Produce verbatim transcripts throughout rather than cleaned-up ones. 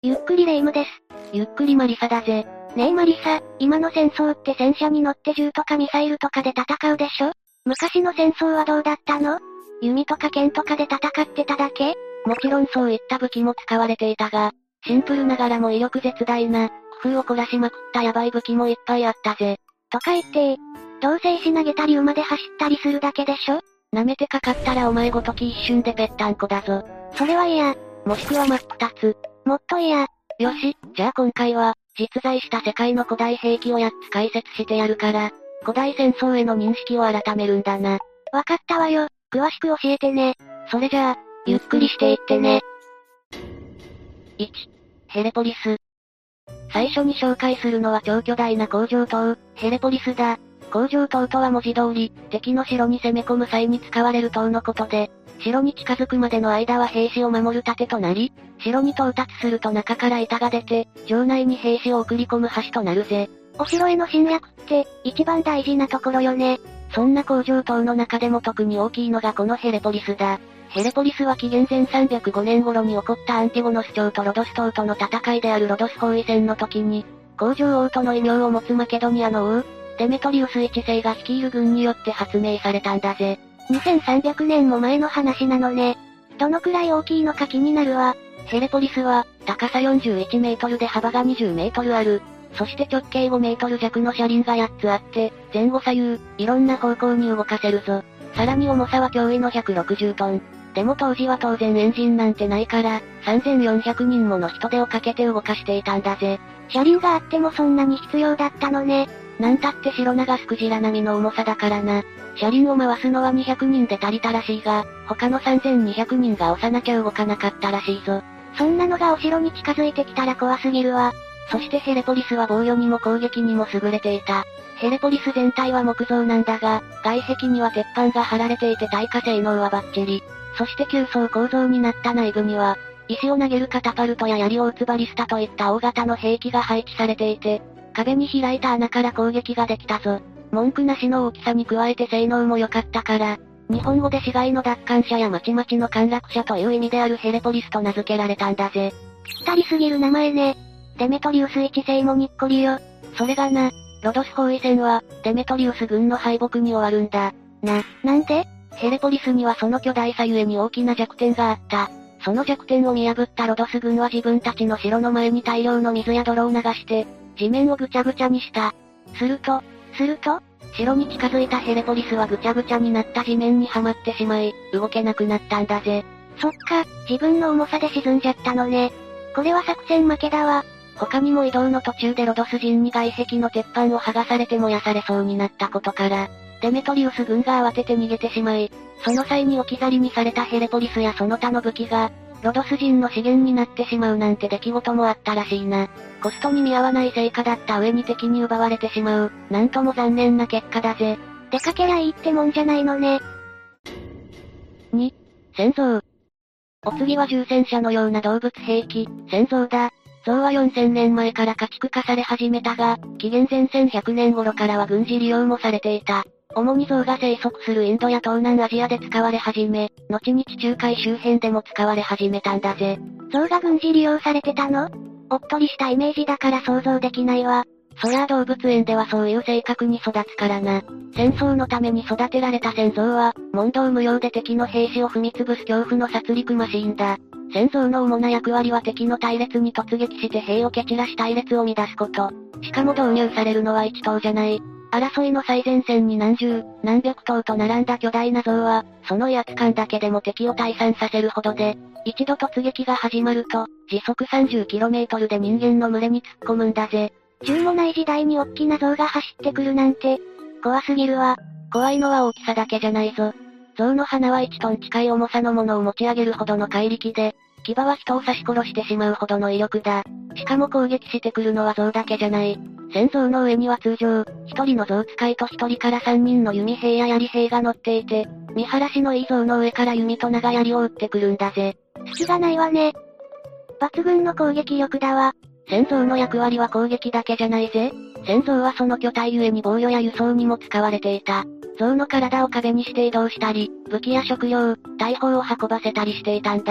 ゆっくりレ夢ムです。 ゆっくりマリサだぜ。 ねえマリサ、今の戦争って戦車に乗って銃とかミサイルとかで戦うでしょ？昔の戦争はどうだったの？弓とか剣とかで戦ってただけ？ もちろんそういった武器も使われていたが、シンプルながらも威力絶大な、工夫を凝らしまくったヤバい武器もいっぱいあったぜ。 とか言って、どうせ石投げたり馬で走ったりするだけでしょ？ 舐めてかかったらお前ごとき一瞬でぺったんこだぞ。 それは嫌。 もしくは真っ二つ。 もっと嫌。 よし、じゃあ今回は、実在した世界の古代兵器をやっつ解説してやるから、古代戦争への認識を改めるんだな。 わかったわよ。詳しく教えてね。 それじゃあ、ゆっくりしていってね。いち. ヘレポリス。最初に紹介するのは超巨大な工場塔、ヘレポリスだ。工場塔とは文字通り、敵の城に攻め込む際に使われる塔のことで、城に近づくまでの間は兵士を守る盾となり、城に到達すると中から板が出て、城内に兵士を送り込む橋となるぜ。 お城への侵略って、一番大事なところよね。 そんな工場塔の中でも特に大きいのがこのヘレポリスだ。ヘレポリスは紀元前さんびゃくごねん頃に起こったアンティゴノス朝とロドス島との戦いであるロドス包囲戦の時に、工場王との異名を持つマケドニアの王、デメトリウス一世が率いる軍によって発明されたんだぜ。 にせんさんびゃくねんも前の話なのね。どのくらい大きいのか気になるわ。 ヘレポリスは、高さよんじゅういちメートルで幅がにじゅうメートルある。そして直径ごメートル弱の車輪がやっつあって、前後左右、いろんな方向に動かせるぞ。さらに重さは驚異のひゃくろくじゅうトン。でも当時は当然エンジンなんてないから、さんぜんよんひゃくにんもの人手をかけて動かしていたんだぜ。 車輪があってもそんなに必要だったのね。 なんたって白長スクジラ並みの重さだからな。車輪を回すのはにひゃくにんで足りたらしいが、他のさんぜんにひゃくにんが押さなきゃ動かなかったらしいぞ。 そんなのがお城に近づいてきたら怖すぎるわ。 そしてヘレポリスは防御にも攻撃にも優れていた。ヘレポリス全体は木造なんだが、外壁には鉄板が張られていて耐火性能はバッチリ。そしてきゅう層構造になった内部には、石を投げるカタパルトや槍を撃つバリスタといった大型の兵器が配置されていて、壁に開いた穴から攻撃ができたぞ。文句なしの大きさに加えて性能も良かったから、日本語で市街の奪還者や町々の陥落者という意味であるヘレポリスと名付けられたんだぜ。 ぴったりすぎる名前ね。デメトリウス一世もにっこりよ。 それがな、ロドス包囲戦は、デメトリウス軍の敗北に終わるんだ。 な、なんで？ ヘレポリスにはその巨大さゆえに大きな弱点があった。その弱点を見破ったロドス軍は自分たちの城の前に大量の水や泥を流して、地面をぐちゃぐちゃにした。すると、 すると城に近づいたヘレポリスはぐちゃぐちゃになった地面にはまってしまい、動けなくなったんだぜ。 そっか、自分の重さで沈んじゃったのね。これは作戦負けだわ。 他にも移動の途中でロドス人に外壁の鉄板を剥がされて燃やされそうになったことから、デメトリウス軍が慌てて逃げてしまい、その際に置き去りにされたヘレポリスやその他の武器が、ロドス人の資源になってしまうなんて出来事もあったらしいな。コストに見合わない成果だった上に敵に奪われてしまう、なんとも残念な結果だぜ。 出かけりゃいいってもんじゃないのね。 に. 戦象。お次は重戦車のような動物兵器、戦象だ。象はよんせんねんまえから家畜化され始めたが、紀元前せんひゃくねん頃からは軍事利用もされていた。主に象が生息するインドや東南アジアで使われ始め、後に地中海周辺でも使われ始めたんだぜ。 象が軍事利用されてたの？おっとりしたイメージだから想像できないわ。 そりゃあ動物園ではそういう性格に育つからな。戦争のために育てられた戦象は、問答無用で敵の兵士を踏み潰す恐怖の殺戮マシーンだ。戦象の主な役割は敵の隊列に突撃して兵を蹴散らし隊列を乱すこと。しかも導入されるのは一頭じゃない。争いの最前線に何十、何百頭と並んだ巨大な象は、その威圧感だけでも敵を退散させるほどで、一度突撃が始まると、時速 さんじゅっキロメートル で人間の群れに突っ込むんだぜ。 銃もない時代に大きな象が走ってくるなんて、怖すぎるわ。 怖いのは大きさだけじゃないぞ。象の鼻はいちトン近い重さのものを持ち上げるほどの怪力で、牙は人を刺し殺してしまうほどの威力だ。しかも攻撃してくるのは象だけじゃない。戦象の上には通常、一人の象使いと一人から三人の弓兵や槍兵が乗っていて、見晴らしのいい象の上から弓と長槍を撃ってくるんだぜ。 隙がないわね。抜群の攻撃力だわ。 戦象の役割は攻撃だけじゃないぜ。戦象はその巨体ゆえに防御や輸送にも使われていた。象の体を壁にして移動したり、武器や食料、大砲を運ばせたりしていたんだ。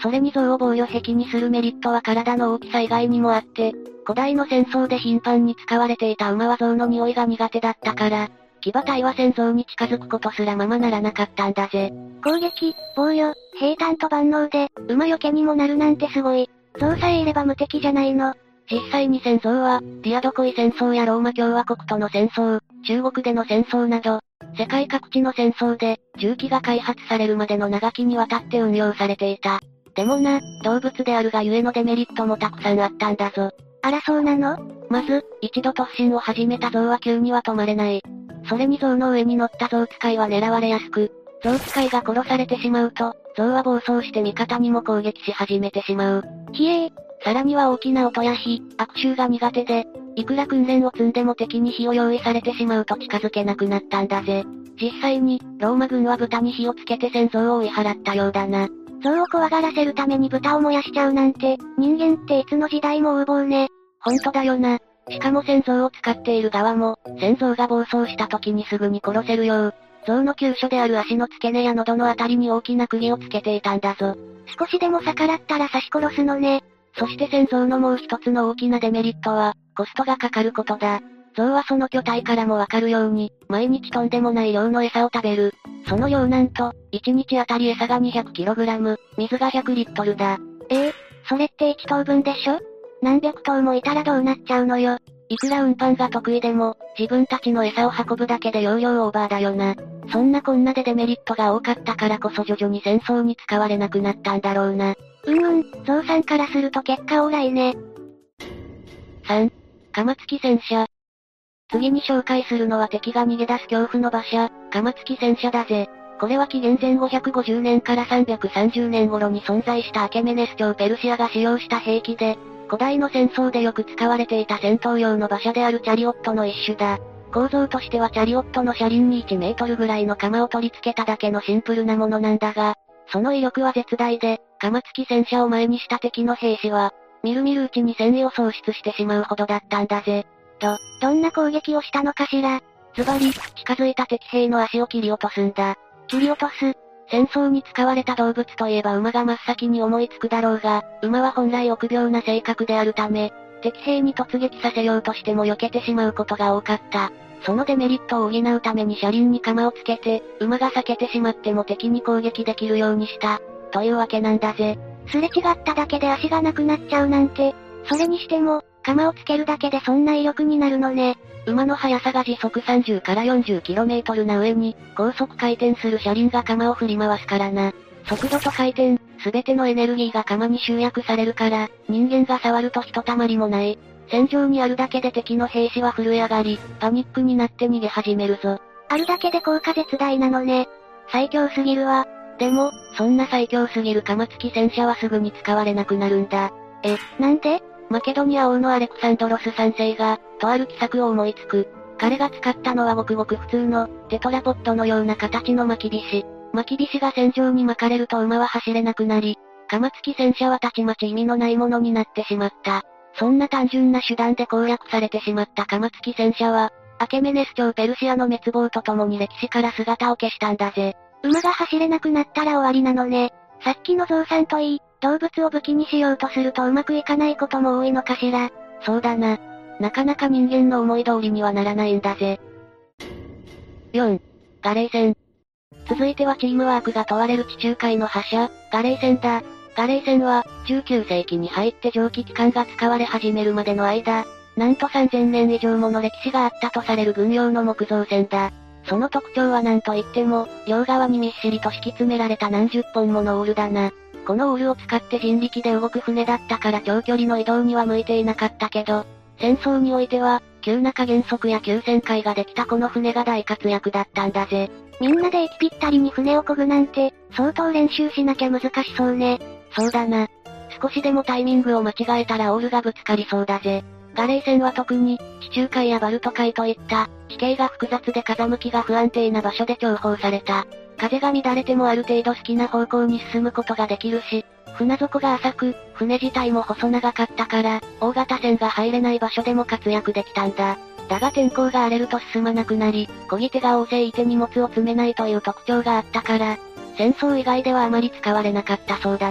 それに象を防御壁にするメリットは体の大きさ以外にもあって、古代の戦争で頻繁に使われていた馬は象の匂いが苦手だったから、騎馬隊は戦象に近づくことすらままならなかったんだぜ。 攻撃、防御、平坦と万能で、馬よけにもなるなんてすごい。象さえいれば無敵じゃないの。 実際に戦象は、ディアドコイ戦争やローマ共和国との戦争、中国での戦争など、世界各地の戦争で、銃器が開発されるまでの長きにわたって運用されていた。でもな、動物であるがゆえのデメリットもたくさんあったんだぞ。 あらそうなの？ まず、一度突進を始めた象は急には止まれない。それに象の上に乗った象使いは狙われやすく、象使いが殺されてしまうと、象は暴走して味方にも攻撃し始めてしまう。 ひえー。 さらには大きな音や火、悪臭が苦手で、いくら訓練を積んでも敵に火を用意されてしまうと近づけなくなったんだぜ。実際に、ローマ軍は豚に火をつけて戦争を追い払ったようだな。 象を怖がらせるために豚を燃やしちゃうなんて、人間っていつの時代も横暴ね。 ほんとだよな。しかも戦象を使っている側も、戦象が暴走した時にすぐに殺せるよう、象の急所である足の付け根や喉のあたりに大きな釘をつけていたんだぞ。 少しでも逆らったら刺し殺すのね。 そして戦象のもう一つの大きなデメリットは、コストがかかることだ。象はその巨体からもわかるように、毎日とんでもない量の餌を食べる。その量なんと、いちにちあたり餌が にひゃくキログラム、水がひゃくリットルだ。 ええ、それっていち頭分でしょ？何百頭もいたらどうなっちゃうのよ。 いくら運搬が得意でも、自分たちの餌を運ぶだけで容量オーバーだよな。そんなこんなでデメリットが多かったからこそ徐々に戦争に使われなくなったんだろうな。 うんうん、象さんからすると結果オーライね。 さん. 鎌付き戦車。次に紹介するのは敵が逃げ出す恐怖の馬車、鎌付き戦車だぜ。これは紀元前ごひゃくごじゅうねんからさんびゃくさんじゅうねん頃に存在したアケメネス朝ペルシアが使用した兵器で、古代の戦争でよく使われていた戦闘用の馬車であるチャリオットの一種だ。構造としてはチャリオットの車輪にいちメートルぐらいの鎌を取り付けただけのシンプルなものなんだが、その威力は絶大で、鎌付き戦車を前にした敵の兵士は、みるみるうちに戦意を喪失してしまうほどだったんだぜ。 ど、どんな攻撃をしたのかしら？ ズバリ、近づいた敵兵の足を切り落とすんだ。 切り落とす。 戦争に使われた動物といえば馬が真っ先に思いつくだろうが、馬は本来臆病な性格であるため、敵兵に突撃させようとしても避けてしまうことが多かった。そのデメリットを補うために車輪に鎌をつけて、馬が避けてしまっても敵に攻撃できるようにした、というわけなんだぜ。 すれ違っただけで足がなくなっちゃうなんて、それにしても、鎌をつけるだけでそんな威力になるのね。 馬の速さが時速さんじゅうからよんじゅうキロメートルな上に、高速回転する車輪が鎌を振り回すからな。速度と回転、すべてのエネルギーが鎌に集約されるから、人間が触るとひとたまりもない。戦場にあるだけで敵の兵士は震え上がり、パニックになって逃げ始めるぞ。 あるだけで効果絶大なのね。最強すぎるわ。 でも、そんな最強すぎる鎌付き戦車はすぐに使われなくなるんだ。 え、なんで？ マケドニア王のアレクサンドロスさんせいが、とある奇策を思いつく。彼が使ったのはごくごく普通の、テトラポットのような形の巻き菱。巻き菱が戦場に巻かれると馬は走れなくなり、鎌付き戦車はたちまち意味のないものになってしまった。そんな単純な手段で攻略されてしまった鎌付き戦車は、アケメネス朝ペルシアの滅亡とともに歴史から姿を消したんだぜ。 馬が走れなくなったら終わりなのね。さっきの象さんといい、動物を武器にしようとするとうまくいかないことも多いのかしら。 そうだな。なかなか人間の思い通りにはならないんだぜ。よん. ガレイ戦。続いてはチームワークが問われる地中海の覇者、ガレイ戦だ。ガレイ戦は、じゅうきゅうせいきに入って蒸気機関が使われ始めるまでの間、なんとさんぜんねん以上もの歴史があったとされる軍用の木造船だ。その特徴は何と言っても、両側にみっしりと敷き詰められた何十本ものオールだな。このオールを使って人力で動く船だったから長距離の移動には向いていなかったけど、戦争においては、急な加減速や急旋回ができたこの船が大活躍だったんだぜ。 みんなで息ぴったりに船を漕ぐなんて、相当練習しなきゃ難しそうね。 そうだな。少しでもタイミングを間違えたらオールがぶつかりそうだぜ。ガレイ船は特に、地中海やバルト海といった、地形が複雑で風向きが不安定な場所で重宝された。風が乱れてもある程度好きな方向に進むことができるし、船底が浅く、船自体も細長かったから、大型船が入れない場所でも活躍できたんだ。だが天候が荒れると進まなくなり、漕ぎ手が大勢いて荷物を積めないという特徴があったから、戦争以外ではあまり使われなかったそうだな。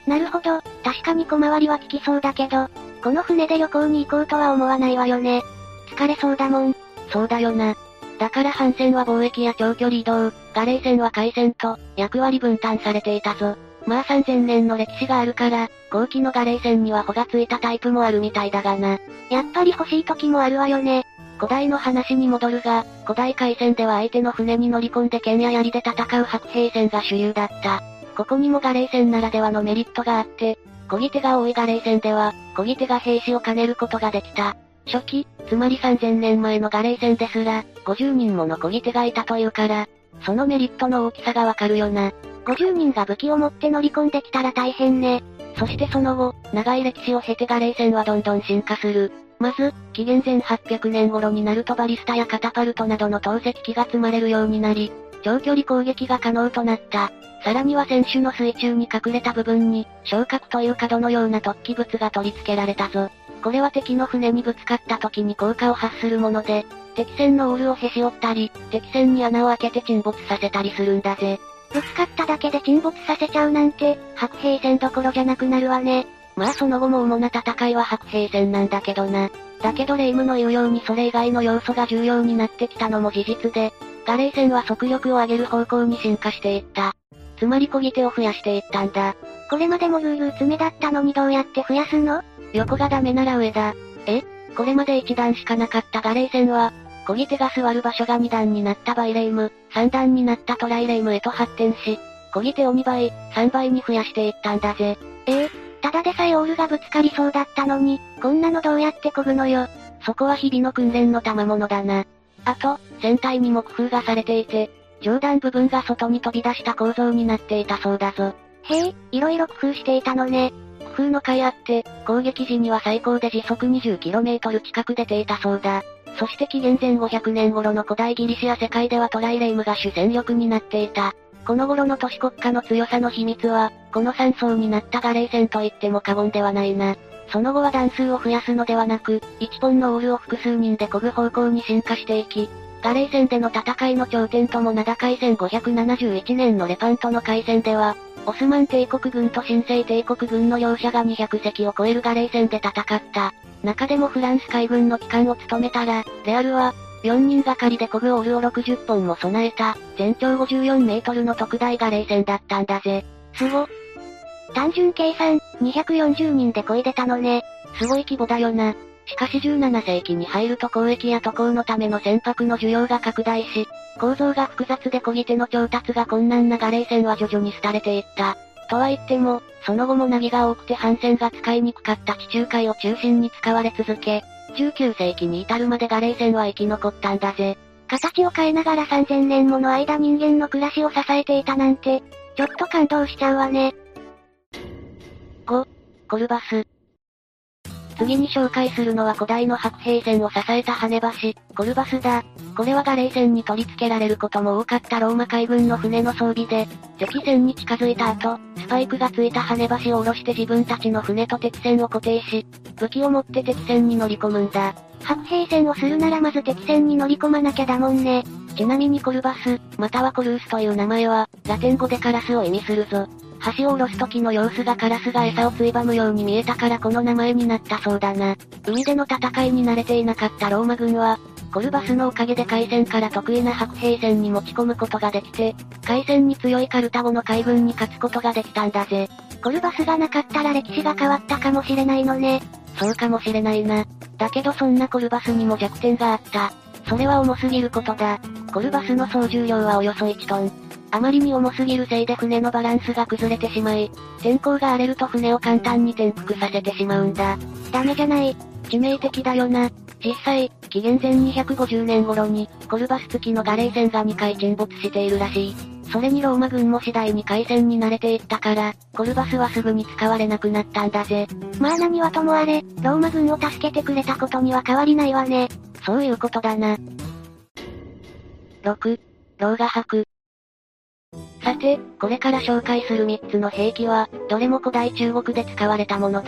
なるほど、確かに小回りは利きそうだけど、この船で旅行に行こうとは思わないわよね。疲れそうだもん。 そうだよな。だから帆船は貿易や長距離移動、ガレー船は海船と、役割分担されていたぞ。まあさんぜんねんの歴史があるから、後期のガレー船には帆がついたタイプもあるみたいだがな。 やっぱり欲しい時もあるわよね。 古代の話に戻るが、古代海戦では相手の船に乗り込んで剣や槍で戦う白兵戦が主流だった。ここにもガレー戦ならではのメリットがあって、漕ぎ手が多いガレー戦では、漕ぎ手が兵士を兼ねることができた。初期、つまりさんぜんねんまえのガレー戦ですら、ごじゅうにんもの漕ぎ手がいたというから、そのメリットの大きさがわかるよな。 ごじゅうにんが武器を持って乗り込んできたら大変ね。 そしてその後、長い歴史を経てガレー戦はどんどん進化する。まず、紀元前はっぴゃくねん頃になるとバリスタやカタパルトなどの投石機が積まれるようになり、長距離攻撃が可能となった。さらには船首の水中に隠れた部分に、昇格という角のような突起物が取り付けられたぞ。これは敵の船にぶつかった時に効果を発するもので、敵船のオールをへし折ったり、敵船に穴を開けて沈没させたりするんだぜ。 ぶつかっただけで沈没させちゃうなんて、白兵戦どころじゃなくなるわね。 まあその後も主な戦いは白兵戦なんだけどな。だけどレイムの言うようにそれ以外の要素が重要になってきたのも事実で、ガレー戦は速力を上げる方向に進化していった。つまり漕ぎ手を増やしていったんだ。 これまでも悠々詰めだったのにどうやって増やすの？ 横がダメなら上だ。え？これまでいち段しかなかったガレー戦は、漕ぎ手が座る場所がに段になったバイレイム、さん段になったトライレイムへと発展し、漕ぎ手をにばい、さんばいに増やしていったんだぜ。 ええ、ただでさえオールがぶつかりそうだったのに、こんなのどうやって漕ぐのよ。 そこは日々の訓練の賜物だな。あと、船体にも工夫がされていて、上段部分が外に飛び出した構造になっていたそうだぞ。 へえ、いろいろ工夫していたのね。 工夫の甲斐あって、攻撃時には最高で時速 にじゅっキロメートル 近く出ていたそうだ。そして紀元前ごひゃくねん頃の古代ギリシア世界ではトライレイムが主戦力になっていた。この頃の都市国家の強さの秘密は、このさん層になったガレー戦と言っても過言ではないな。その後は段数を増やすのではなく、いっぽんのオールを複数人で漕ぐ方向に進化していき、ガレー戦での戦いの頂点とも名高いせんごひゃくななじゅういちねんのレパントの海戦では、オスマン帝国軍と新生帝国軍の両者がにひゃくせきを超えるガレー戦で戦った。中でもフランス海軍の機関を務めたら、レアルは、よにんがかりで漕ぐオールをろくじゅっぽんも備えた、全長ごじゅうよんメートルの特大ガレー戦だったんだぜ。 すご。単純計算、にひゃくよんじゅうにんで漕いでたのね。 すごい規模だよな。しかしじゅうななせいきに入ると交易や渡航のための船舶の需要が拡大し、構造が複雑で漕ぎ手の調達が困難なガレー船は徐々に廃れていった。とは言っても、その後も凪が多くて帆船が使いにくかった地中海を中心に使われ続け、じゅうきゅうせいきに至るまでガレー船は生き残ったんだぜ。 形を変えながらさんぜんねんもの間人間の暮らしを支えていたなんて、ちょっと感動しちゃうわね。 ご、コルバス。次に紹介するのは古代の白兵戦を支えた跳ね橋、コルバスだ。これはガレー戦に取り付けられることも多かったローマ海軍の船の装備で、敵船に近づいた後、スパイクがついた跳ね橋を下ろして自分たちの船と敵船を固定し、武器を持って敵船に乗り込むんだ。 白兵戦をするならまず敵船に乗り込まなきゃだもんね。 ちなみにコルバス、またはコルースという名前は、ラテン語でカラスを意味するぞ。橋を下ろす時の様子がカラスが餌をついばむように見えたからこの名前になったそうだな。海での戦いに慣れていなかったローマ軍は、コルバスのおかげで海戦から得意な白兵戦に持ち込むことができて、海戦に強いカルタゴの海軍に勝つことができたんだぜ。 コルバスがなかったら歴史が変わったかもしれないのね。 そうかもしれないな。だけどそんなコルバスにも弱点があった。それは重すぎることだ。コルバスの総重量はおよそいちトン。あまりに重すぎるせいで船のバランスが崩れてしまい、天候が荒れると船を簡単に転覆させてしまうんだ。 ダメじゃない。 致命的だよな。実際、紀元前にひゃくごじゅうねん頃に、コルバス付きのガレー船がにかい沈没しているらしい。それにローマ軍も次第に海戦に慣れていったから、コルバスはすぐに使われなくなったんだぜ。 まあ何はともあれ、ローマ軍を助けてくれたことには変わりないわね。 そういうことだな。ろく、ローガ博。さて、これから紹介するみっつの兵器は、どれも古代中国で使われたものだ。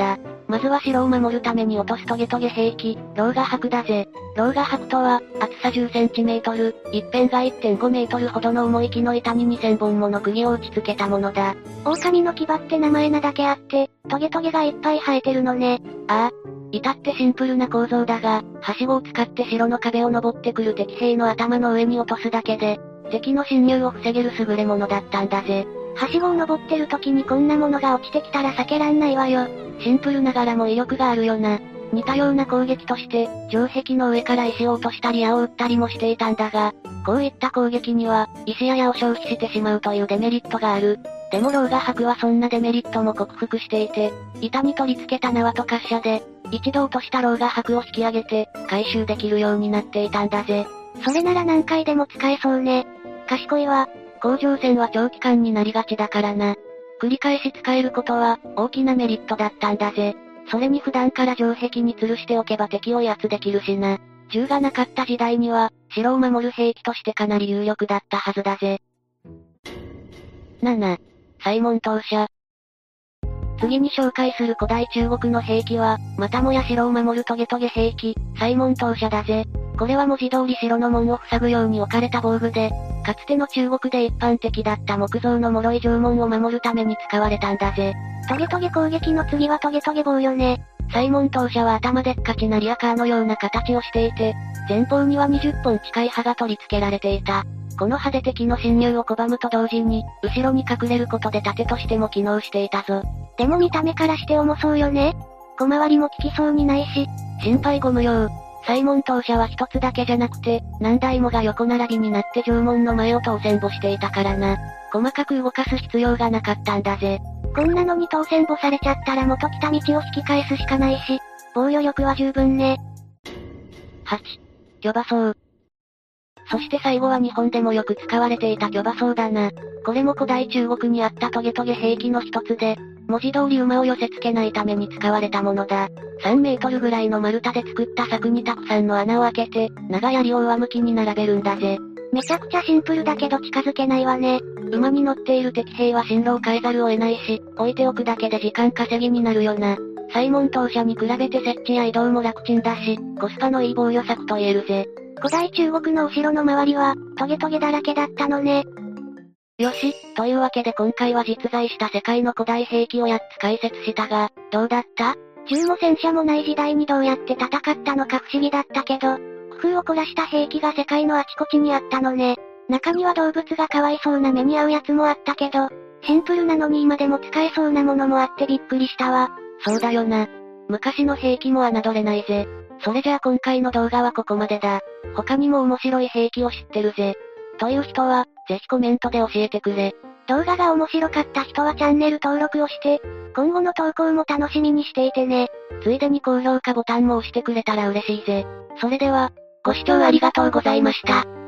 まずは城を守るために落とすトゲトゲ兵器、ローガ博だぜ。ローガ博とは、厚さじゅっセンチメートル、一辺が いってんごメートルほどの重い木の板ににせんぼんもの釘を打ち付けたものだ。 狼の牙って名前なだけあって、トゲトゲがいっぱい生えてるのね。 ああ。至ってシンプルな構造だが、はしごを使って城の壁を登ってくる敵兵の頭の上に落とすだけで、敵の侵入を防げる優れものだったんだぜ。 はしごを登ってる時にこんなものが落ちてきたら避けらんないわよ。 シンプルながらも威力があるよな。似たような攻撃として、城壁の上から石を落としたり矢を撃ったりもしていたんだが、こういった攻撃には、石や矢を消費してしまうというデメリットがある。でもローガ博はそんなデメリットも克服していて、板に取り付けた縄と滑車で、一度落としたローガ博を引き上げて、回収できるようになっていたんだぜ。 それなら何回でも使えそうね。賢いわ。 甲状腺は長期間になりがちだからな。繰り返し使えることは、大きなメリットだったんだぜ。それに普段から城壁に吊るしておけば敵を威圧できるしな。銃がなかった時代には、城を守る兵器としてかなり有力だったはずだぜ。なな. 西門投射。次に紹介する古代中国の兵器は、またもや城を守るトゲトゲ兵器、西門投射だぜ。これは文字通り城の門を塞ぐように置かれた防具で、かつての中国で一般的だった木造の脆い城門を守るために使われたんだぜ。 トゲトゲ攻撃の次はトゲトゲ棒よね。 西門投射は頭でっかちなリアカーのような形をしていて、前方にはにじゅっぽん近い刃が取り付けられていた。この刃で敵の侵入を拒むと同時に、後ろに隠れることで盾としても機能していたぞ。 でも見た目からして重そうよね。小回りも効きそうにないし。 心配ご無用。西門投射は一つだけじゃなくて、何台もが横並びになって城門の前を当選簿していたからな。細かく動かす必要がなかったんだぜ。 こんなのに当選簿されちゃったら元来た道を引き返すしかないし、防御力は十分ね。 はち. 巨馬槍。そして最後は日本でもよく使われていた巨馬槍だな。これも古代中国にあったトゲトゲ兵器の一つで、文字通り馬を寄せ付けないために使われたものだ。さんメートルぐらいの丸太で作った柵にたくさんの穴を開けて、長槍を上向きに並べるんだぜ。 めちゃくちゃシンプルだけど近づけないわね。 馬に乗っている敵兵は進路を変えざるを得ないし、置いておくだけで時間稼ぎになるよな。西門投射に比べて設置や移動も楽ちんだし、コスパのいい防御策と言えるぜ。 古代中国のお城の周りは、トゲトゲだらけだったのね。 よし、というわけで今回は実在した世界の古代兵器をやっつ解説したが、どうだった？ 銃も戦車もない時代にどうやって戦ったのか不思議だったけど、工夫を凝らした兵器が世界のあちこちにあったのね。中には動物がかわいそうな目に遭うやつもあったけど、シンプルなのに今でも使えそうなものもあってびっくりしたわ。 そうだよな。昔の兵器も侮れないぜ。それじゃあ今回の動画はここまでだ。他にも面白い兵器を知ってるぜ。という人は、ぜひコメントで教えてくれ。 動画が面白かった人はチャンネル登録をして、今後の投稿も楽しみにしていてね。 ついでに高評価ボタンも押してくれたら嬉しいぜ。それでは、ご視聴ありがとうございました。